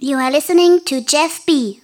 You are listening to Jeff B.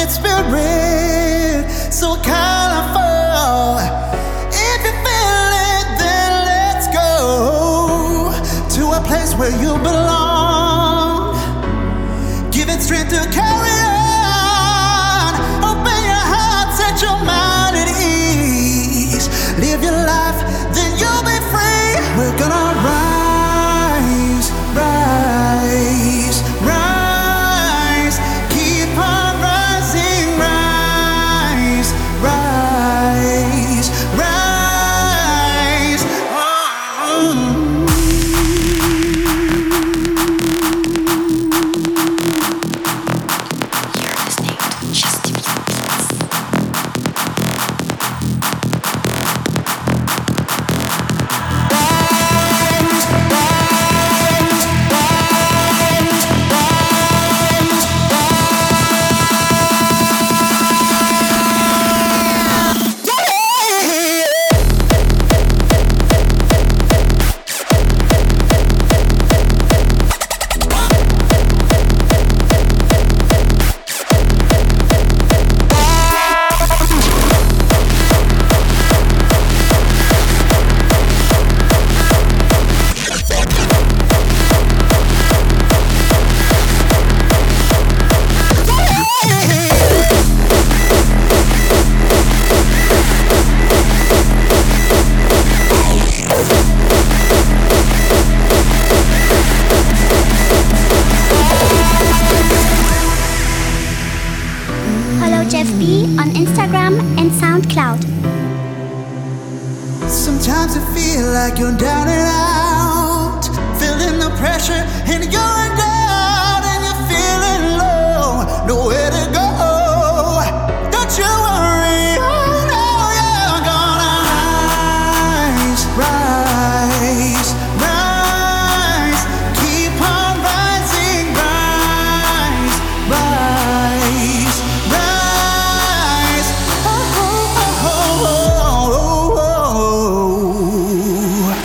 spirit, so colorful. If you feel it, then let's go to a place where you belong. Give it strength to carry on. Open your heart, set your mind at ease. Live your life, then you'll be free. We're gonna rise, rise, rise. Keep on rising, rise, rise, rise. You're listening to Just Beats. Follow Jeff B on Instagram and SoundCloud. Sometimes you feel like you're down and out, feeling the pressure and you're down and you're feeling low, nowhere to go. Don't you worry, oh no, you're gonna rise, rise, rise. Keep on rising, rise, rise, rise. Oh, oh, oh, oh, oh, oh.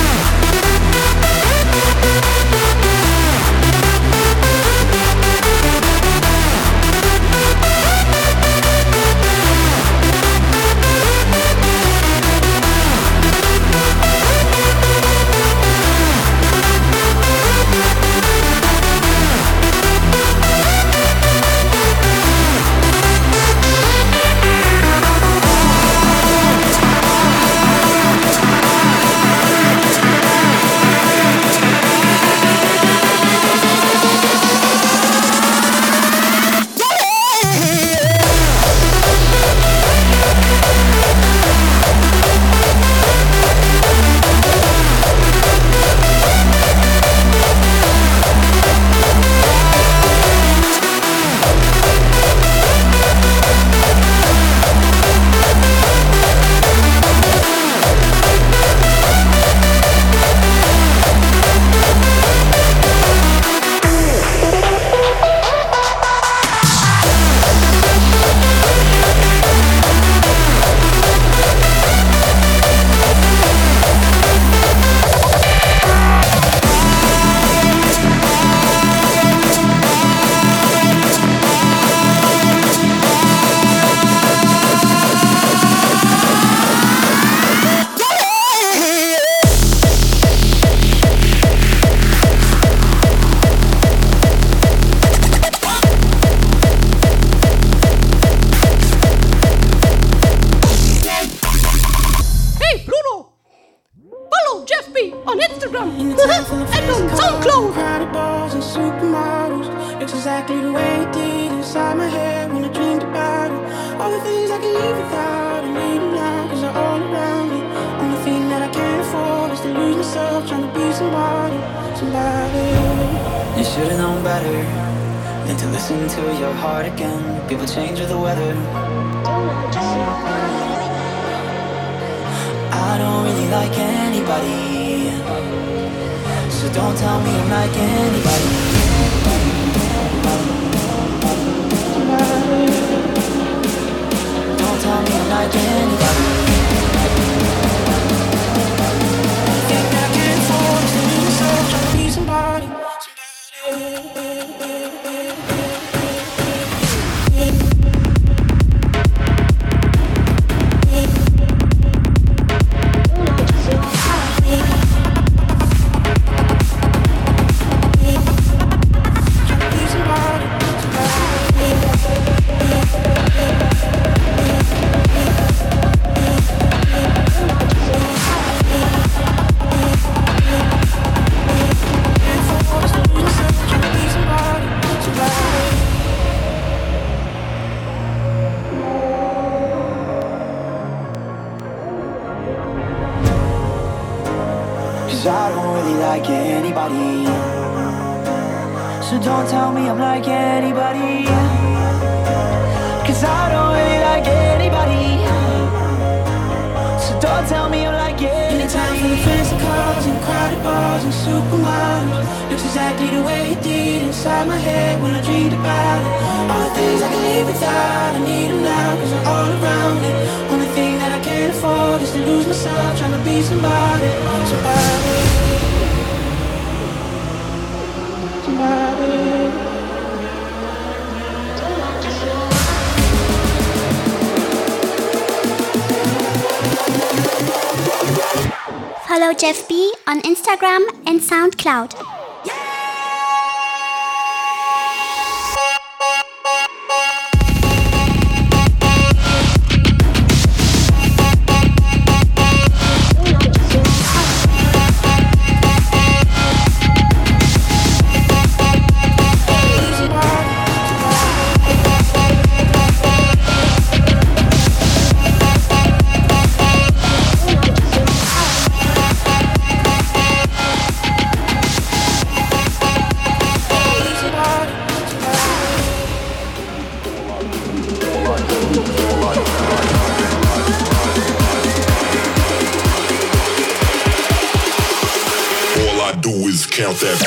Hey Bruno! Follow Jeff B on Instagram and on SoundCloud. Crowded bars and supermodels. It's exactly the way it did inside my head when I dreamed about it. All the things I can live without, I need them now, cause they're all around me. Only thing that I can't afford is to lose myself trying to be somebody, somebody. You should've known better than to listen to your heart again. People change with the weather. I don't really like anybody, so don't tell me I'm like anybody. Don't tell me I'm like anybody. Think I can't afford is to lose myself trying to be somebody, somebody. I don't really like anybody. So don't tell me I'm like anybody, 'cause I don't really like anybody. So don't tell me I'm like anybody. Anytime for the fancy cars and crowded bars and supermodels, looks exactly the way it did inside my head when I dreamed about it. All the things I can live without, I need them now 'cause I'm all around it. Only thing that I can't afford is to lose myself trying to be somebody. Follow Jeff B on Instagram and SoundCloud. Count that.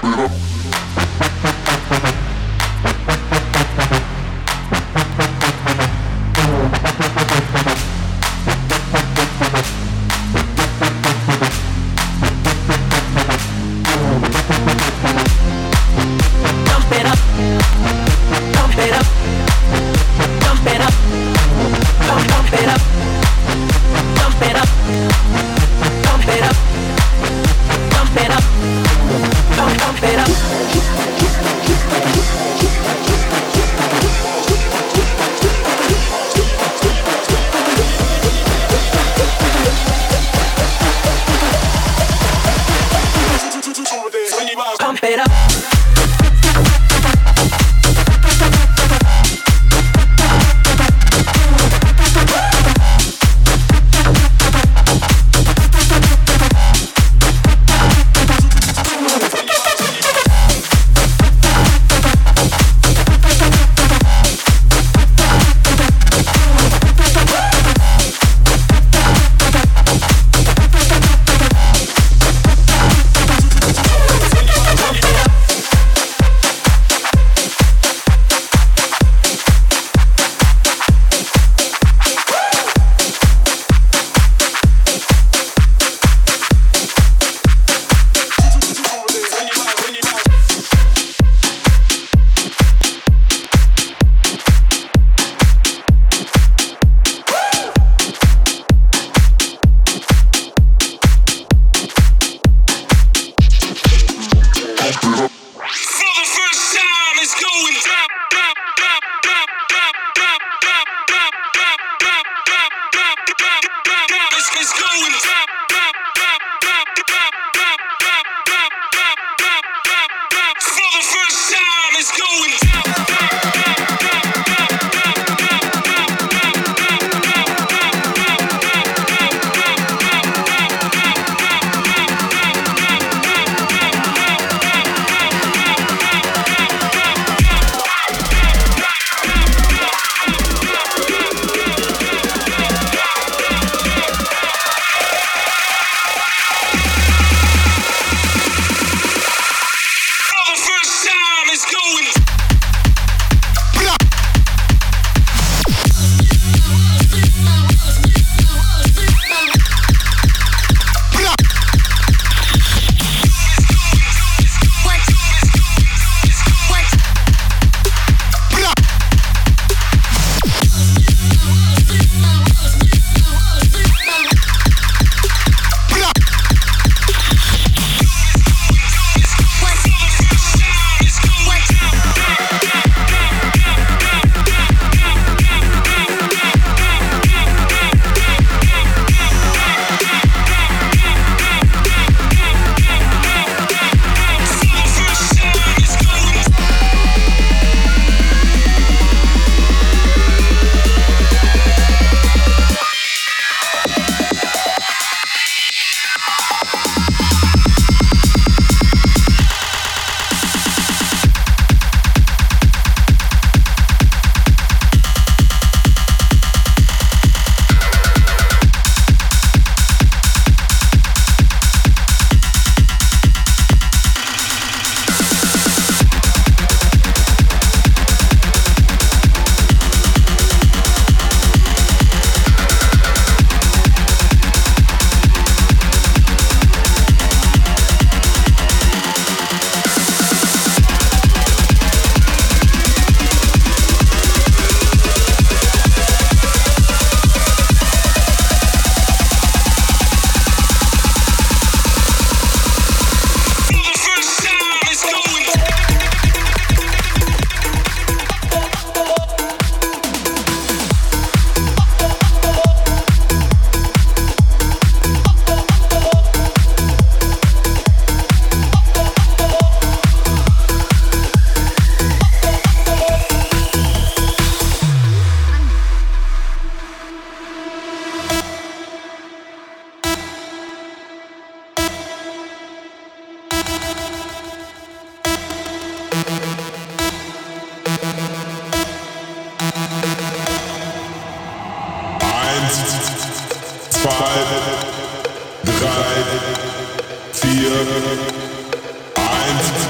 4, 3, 2, 1.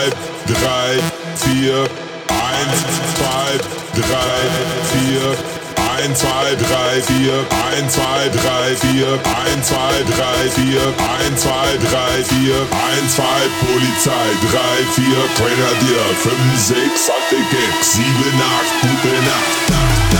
3, 4, 1, 2, 3, 4, 1, 2, 3, 4, 1, 2, 3, 4, 1, 2, 3, 4, 1, 2, 3, 4, 1, 2, Polizei, 3, 4, Grenadier, 5, 6, alte Gags, 7, 8, gute Nacht.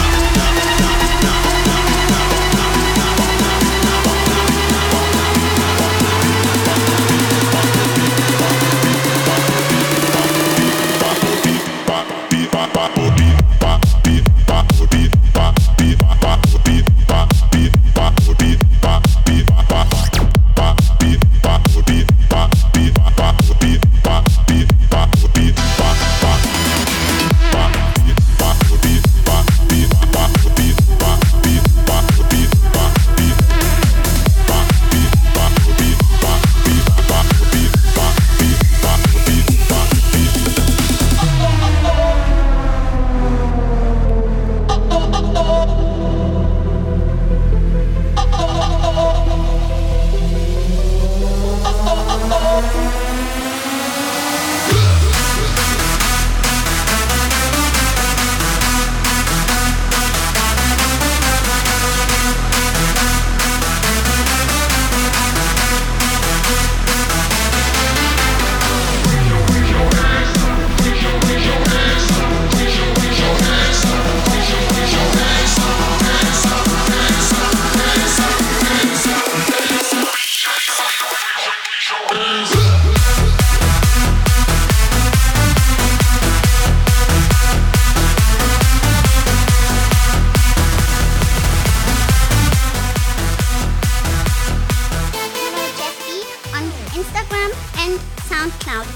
Instagram and SoundCloud.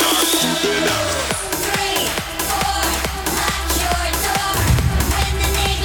When the nation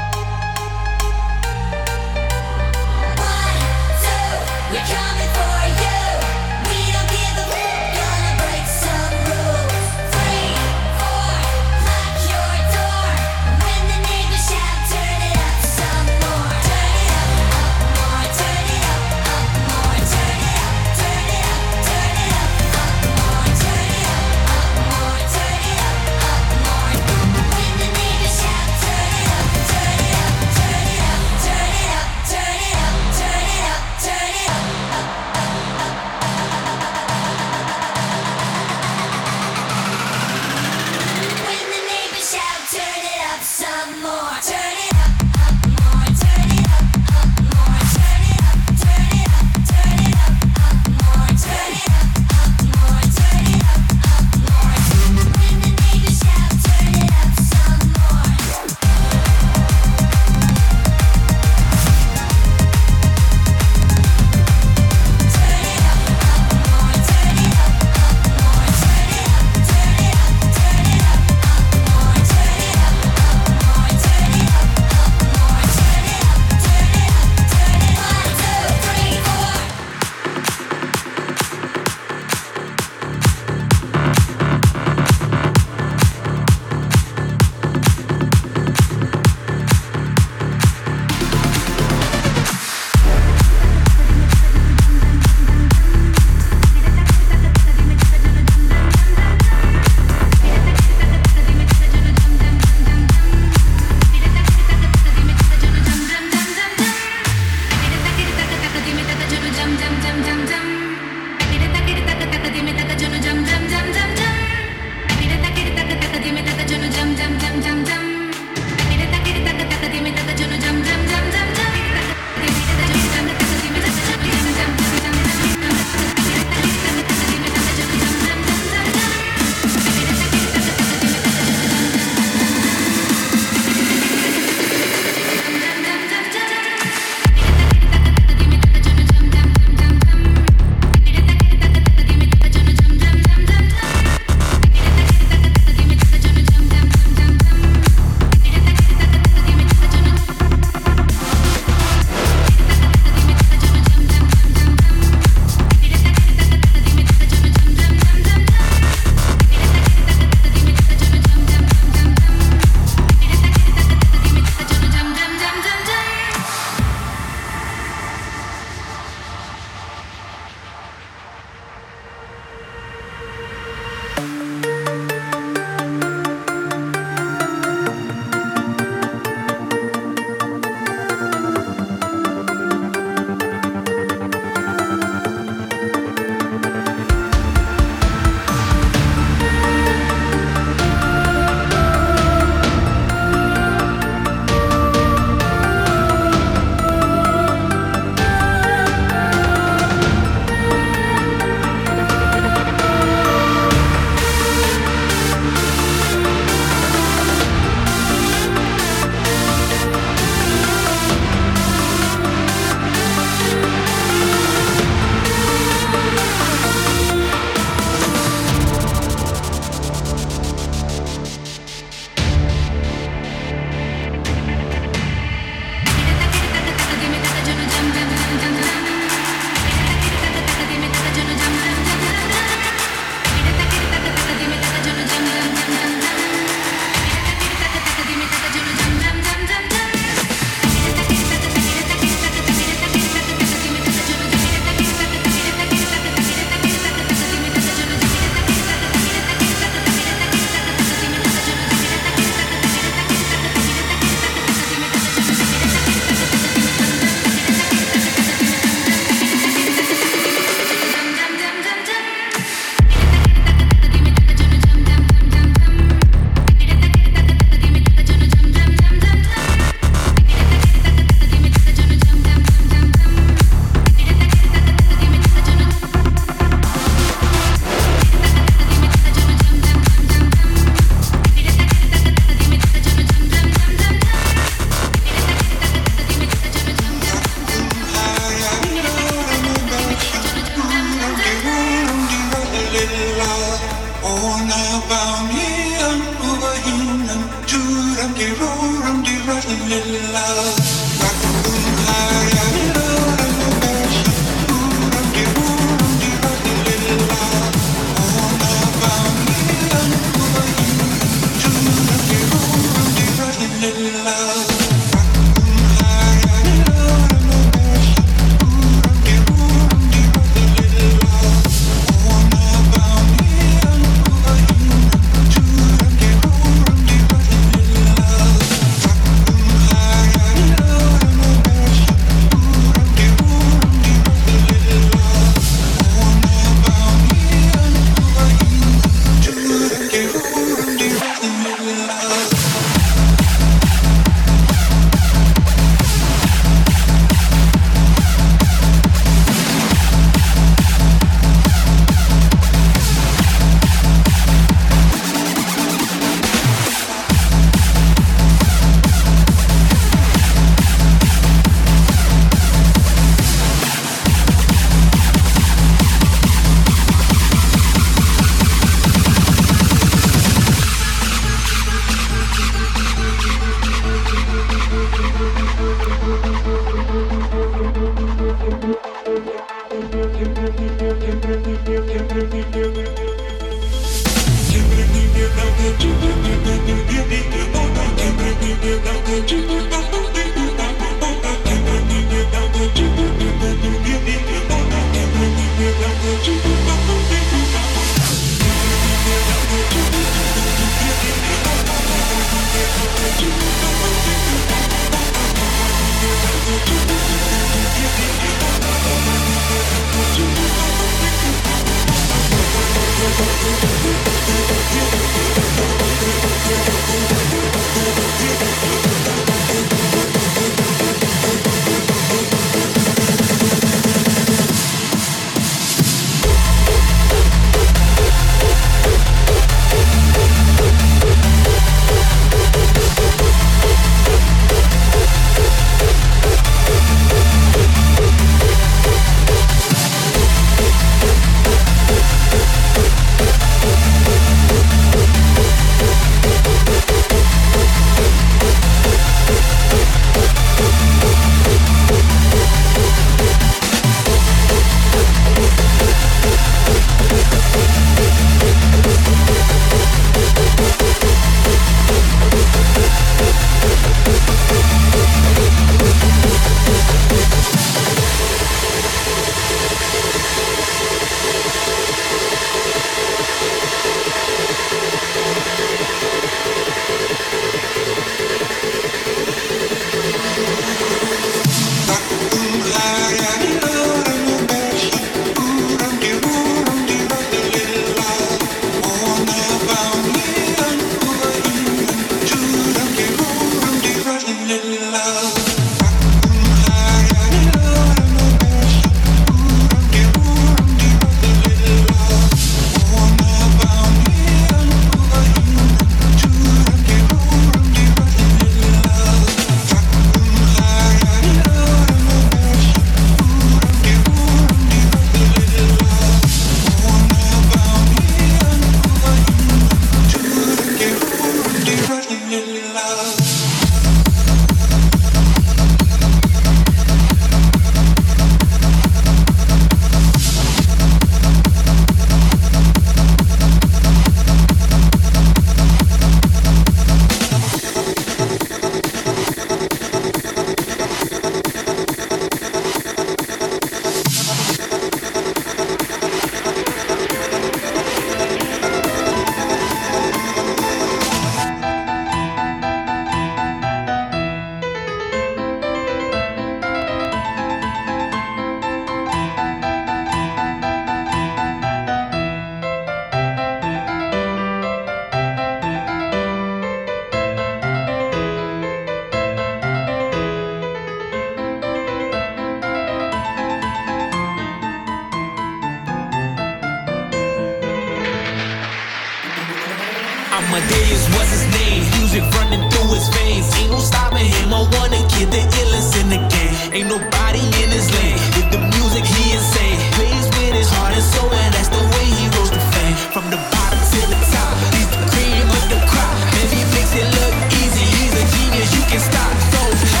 Amadeus was his name, music running through his veins. Ain't no stopping him, I wanna get the illest in the game. Ain't nobody in his lane, with the music he insane. Plays with his heart and soul, and that's the way he rose to fame. From the bottom to the top, he's the cream of the crop. And he makes it look easy, he's a genius, you can stop. So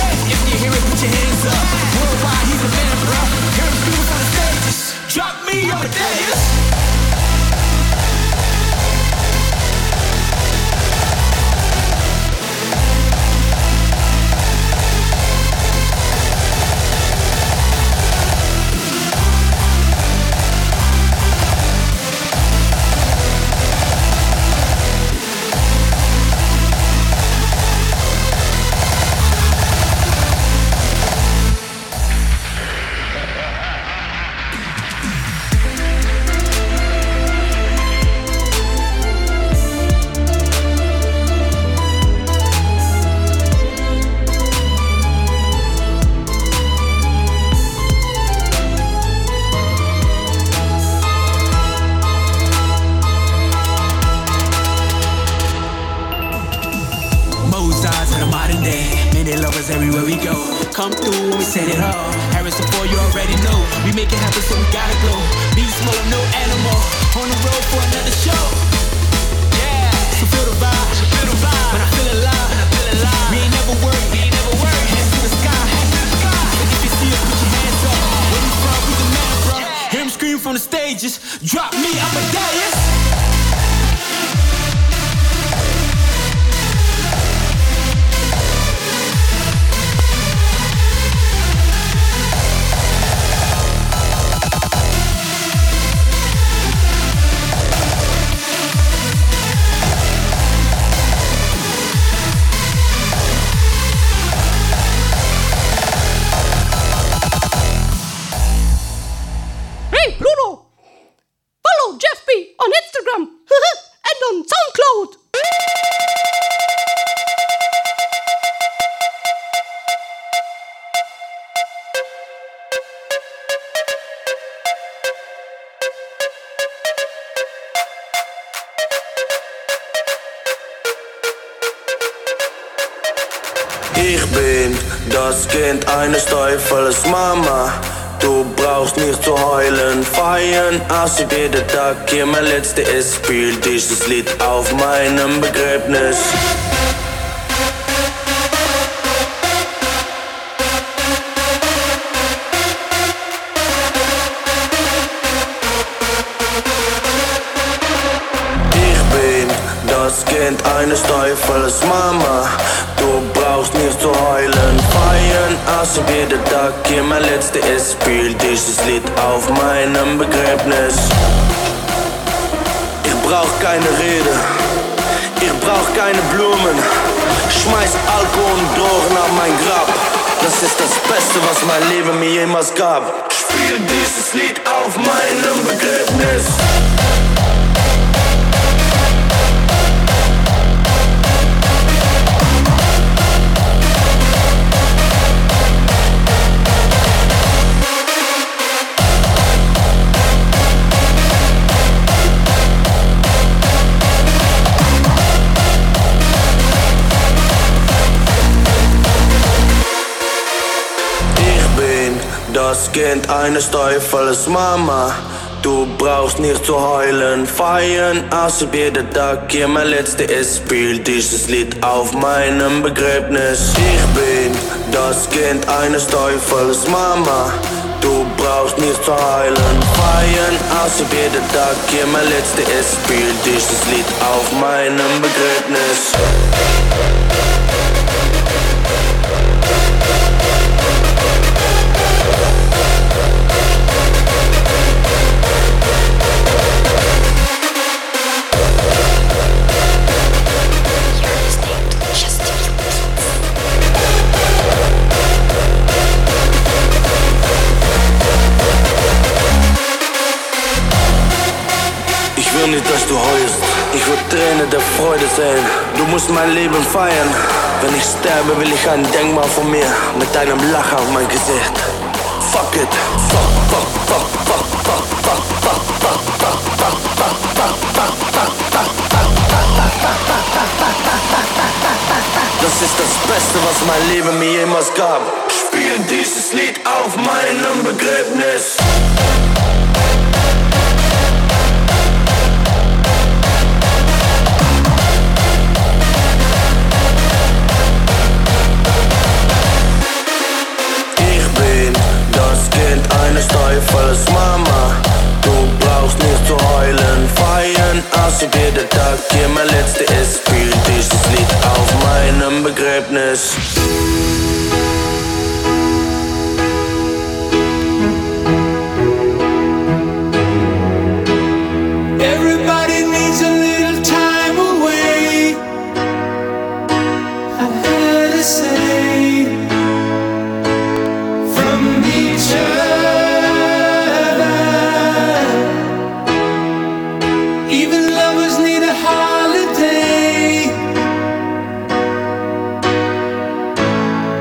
where we go. Come through when we set it off. Harrison 4, you already know. We make it happen, so we gotta go. Beast mode, no animal. On the road for another show. Yeah, so feel the vibe. When I feel alive, we ain't never worried. Hands to the sky. And if you see us, put your hands up. Where we from, we the man, bro. Hear him scream from the stages. Drop me, I'm a Dallas. Hey, Bruno! Follow Jeff B on Instagram and on SoundCloud. Ich bin das Kind eines Teufels Mama. Du brauchst nicht zu heulen, feiern, als ob jeder Tag hier mein letzter ist. Spiel dieses Lied auf meinem Begräbnis. Ich bin das Kind eines Teufels Mama. Du brauchst nicht zu heulen, feiern, als ob jeder Tag hier mein letzter ist. Spiel dieses Lied auf meinem Begräbnis. Ich brauch keine Rede, ich brauch keine Blumen. Schmeiß Alkohol und Drogen auf mein Grab. Das ist das Beste, was mein Leben mir jemals gab. Spiel dieses Lied auf meinem Begräbnis. Das Kind eines Teufels Mama. Du brauchst nicht zu heulen, feiern, als ob jeder Tag hier mein letzter ist. Spiel dieses Lied auf meinem Begräbnis. Ich bin das Kind eines Teufels Mama. Du brauchst nicht zu heulen, feiern, als ob jeder Tag hier mein letzter ist. Spiel dieses Lied auf meinem Begräbnis. Ich will nicht, dass du heulst. Ich will Tränen der Freude sehen. Du musst mein Leben feiern. Wenn ich sterbe, will ich ein Denkmal von mir mit einem Lachen auf mein Gesicht. Fuck it. Fuck, fuck, fuck, fuck, fuck, fuck, fuck, fuck, fuck, fuck, fuck, fuck, fuck, fuck, Das ist das Beste, was mein Leben mir jemals gab. Spiel dieses Lied auf meinem Begräbnis. Eines Teufels Mama. Du brauchst nicht zu heulen, feiern, als ob jeder Tag hier mein letzter ist. Spiel dieses Lied auf meinem Begräbnis. Everybody needs a little time away. I heard it say from each other. Even lovers need a holiday.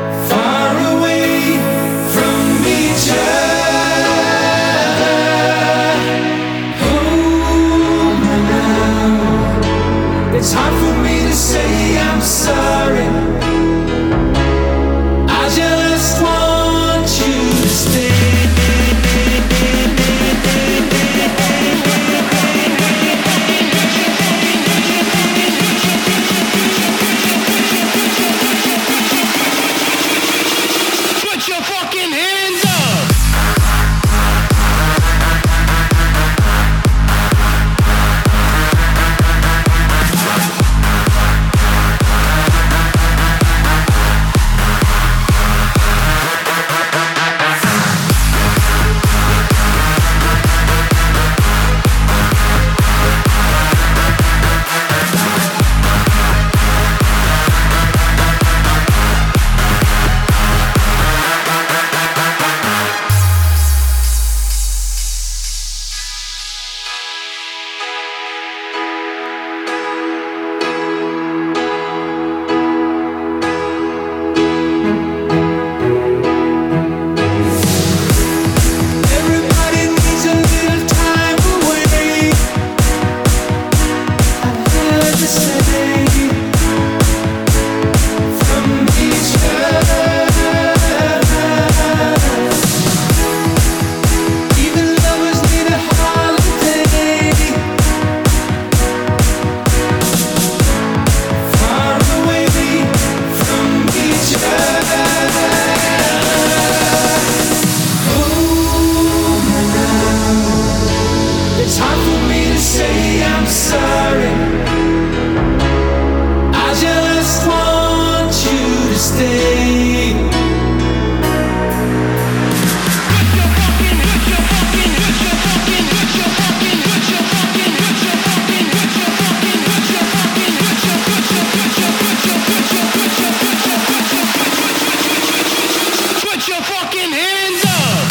fucking hands up!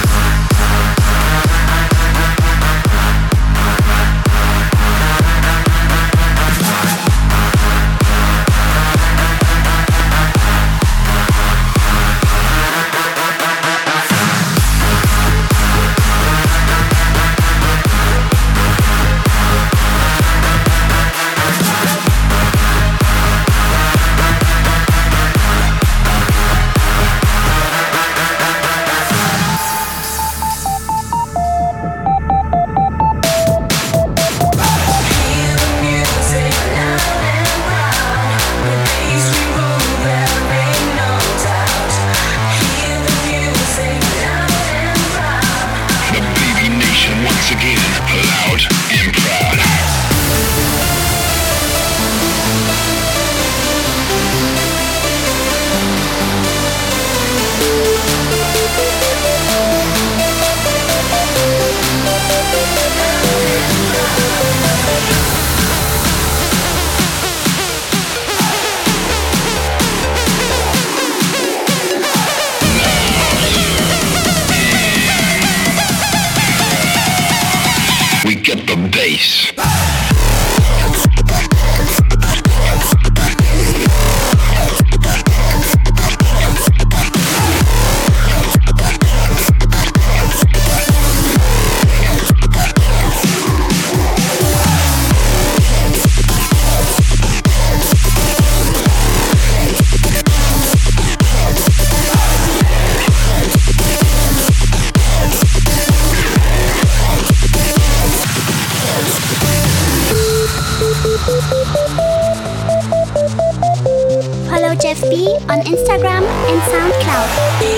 Follow Jeff B on Instagram and SoundCloud.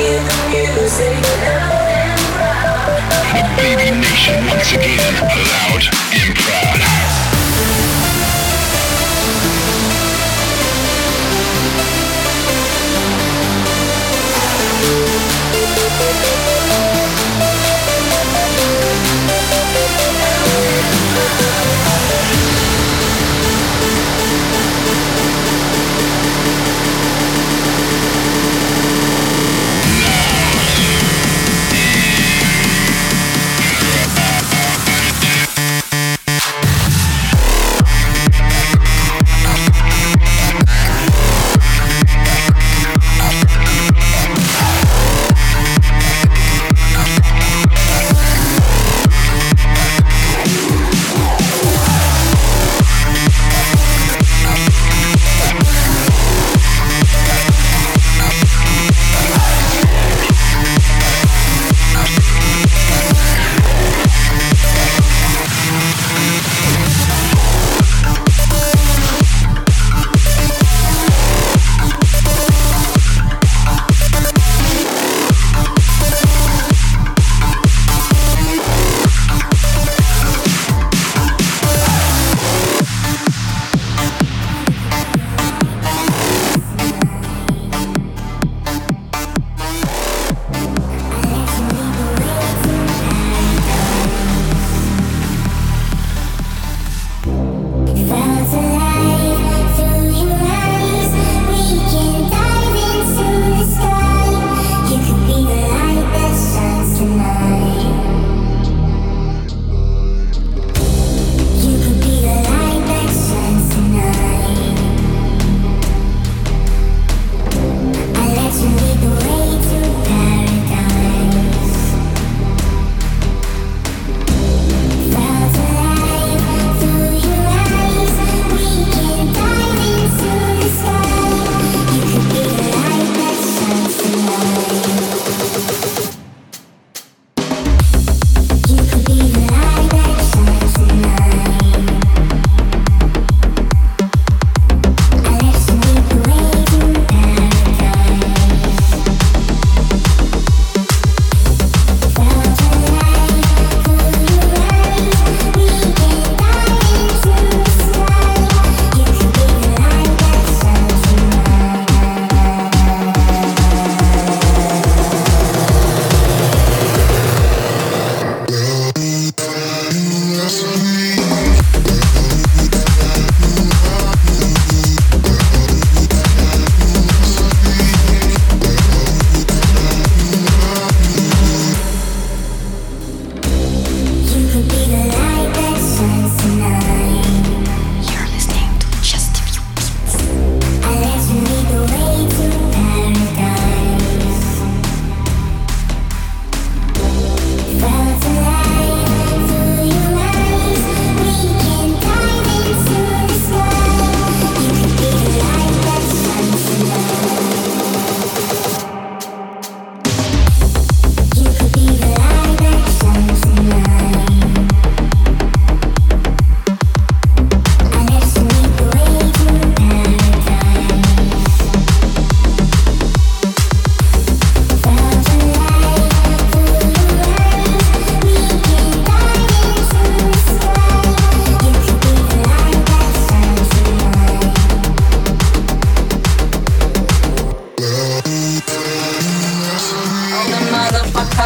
The Baby Nation once again, loud and proud.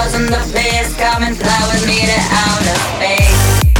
stars in the place. Come and fly with me to outer space.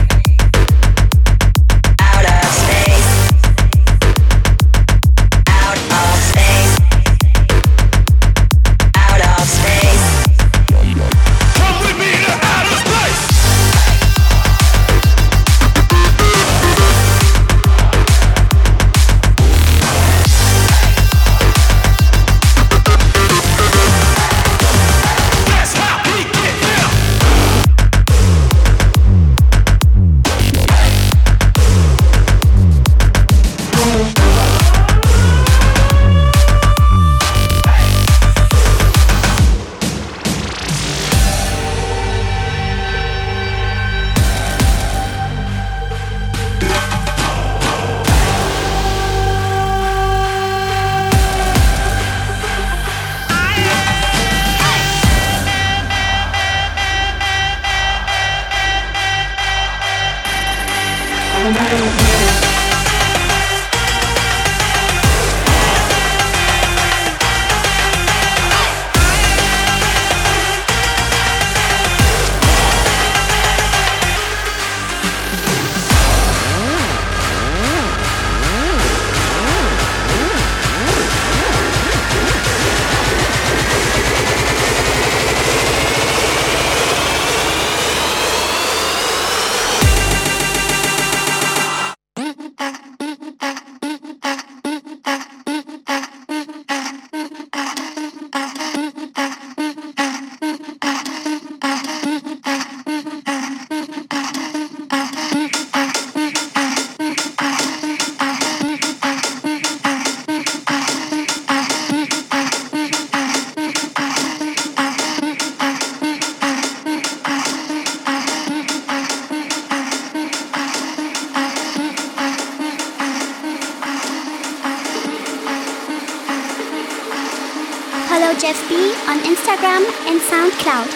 Follow Jeff B on Instagram and SoundCloud.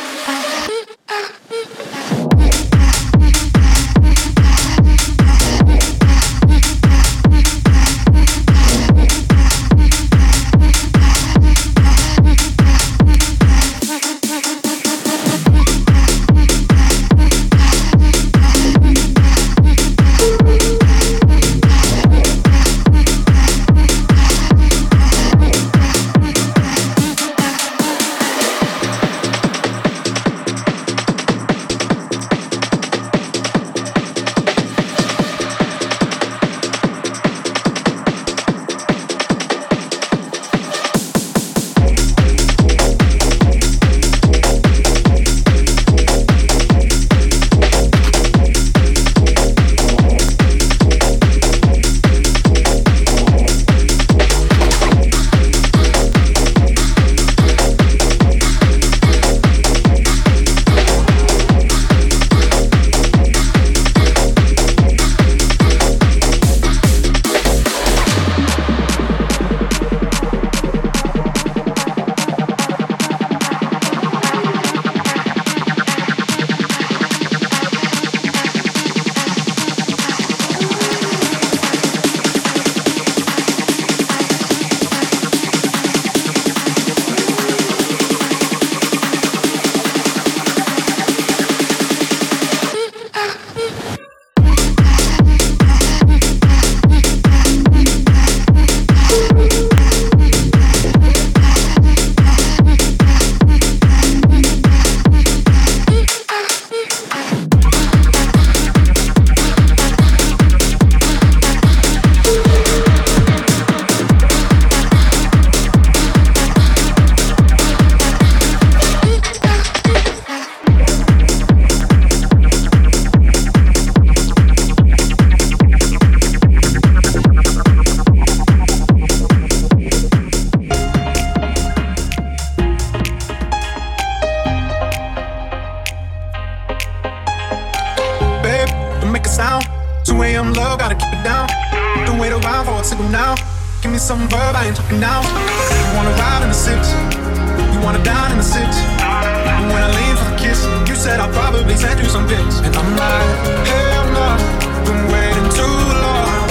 Some verb, I ain't talking now. You wanna ride in the six, you wanna dine in the six. And when I lean for the kiss, you said I'll probably send you some pics. And I'm like, hell no, been waiting too long.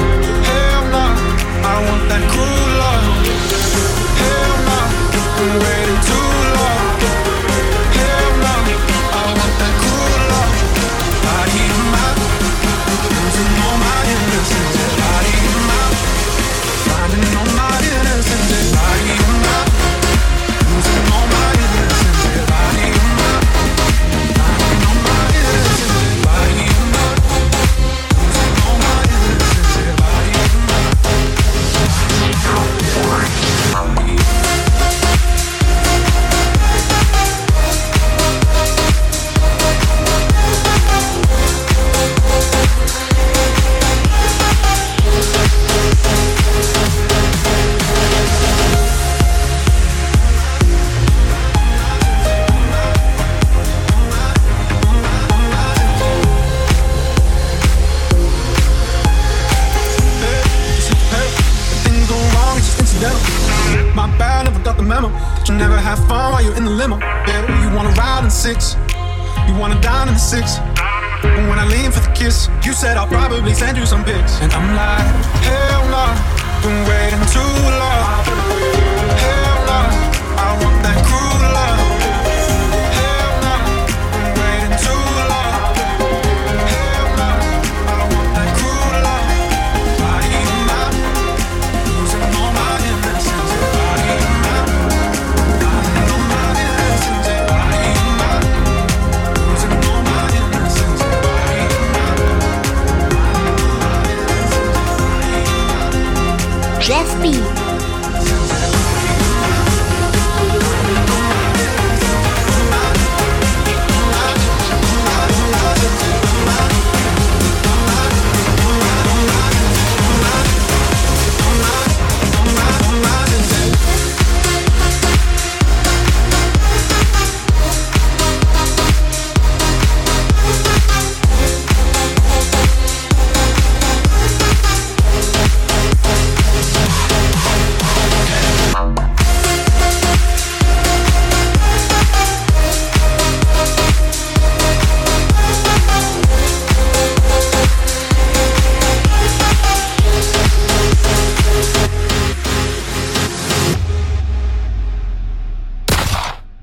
Hell no, I want that cruel love. Hell no, been waiting too long. Hell fun while you're in the limo. Yeah, you wanna ride in 6, you wanna dine in the 6. And when I lean for the kiss, you said I'll probably send you some pics. And I'm like, hell no, been waiting too long. Hell no, I want that